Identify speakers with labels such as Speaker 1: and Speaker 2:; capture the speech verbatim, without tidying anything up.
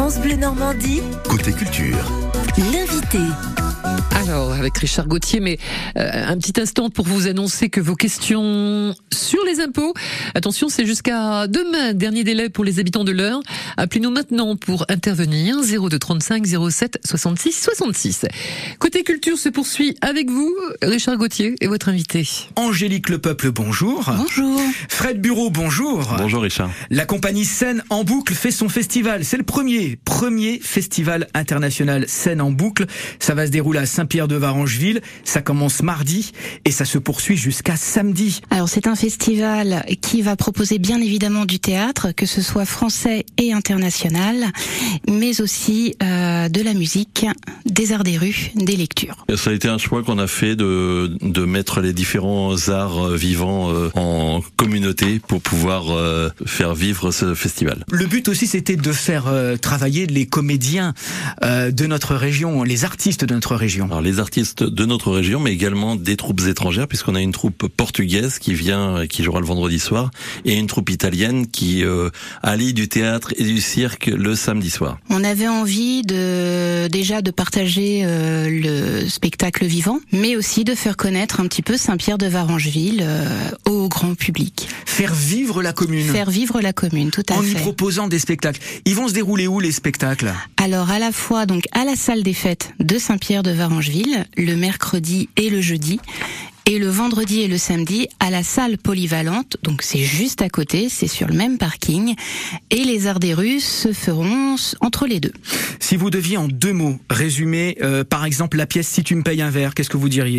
Speaker 1: France Bleu Normandie,
Speaker 2: Côté culture.
Speaker 1: l'invité.
Speaker 3: Alors, avec Richard Gauthier, mais euh, un petit instant pour vous annoncer que vos questions sur les impôts, attention, c'est jusqu'à demain, dernier délai pour les habitants de l'Eure. Appelez-nous maintenant pour intervenir, zéro deux trente-cinq zéro sept soixante-six soixante-six. Côté culture se poursuit avec vous, Richard Gauthier et votre invité.
Speaker 4: Angélique Le Peuple, bonjour.
Speaker 3: Bonjour.
Speaker 4: Fred Bureau, bonjour.
Speaker 5: Bonjour Richard.
Speaker 4: La compagnie Scène en Boucle fait son festival. C'est le premier, premier festival international Scène en Boucle. Ça va se dérouler à Saint-Pierre-de-Varengeville. Ça commence mardi et ça se poursuit jusqu'à samedi.
Speaker 6: Alors c'est un festival qui va proposer bien évidemment du théâtre, que ce soit français et international, mais aussi euh, de la musique, des arts des rues, des lectures.
Speaker 5: Ça a été un choix qu'on a fait de, de mettre les différents arts vivants euh, en communauté pour pouvoir euh, faire vivre ce festival.
Speaker 4: Le but aussi, c'était de faire euh, travailler les comédiens euh, de notre région, les artistes de notre région.
Speaker 5: Alors les artistes de notre région, mais également des troupes étrangères, puisqu'on a une troupe portugaise qui vient, qui jouera le vendredi soir, et une troupe italienne qui euh, allie du théâtre et du cirque le samedi soir.
Speaker 6: On avait envie de déjà de partager euh, le spectacle vivant, mais aussi de faire connaître un petit peu Saint-Pierre-de-Varengeville euh, au grand public.
Speaker 4: Faire vivre la commune.
Speaker 6: Faire vivre la commune, tout à
Speaker 4: en
Speaker 6: fait.
Speaker 4: y proposant des spectacles. Ils vont se dérouler où les spectacles ?
Speaker 6: Alors à la fois donc à la salle des fêtes de Saint-Pierre-de-Varengeville, le mercredi et le jeudi, et le vendredi et le samedi à la salle polyvalente, donc c'est juste à côté, c'est sur le même parking, et les arts des rues se feront entre les deux.
Speaker 4: Si vous deviez en deux mots résumer, euh, par exemple, la pièce Si tu me payes un verre, qu'est-ce que vous diriez ?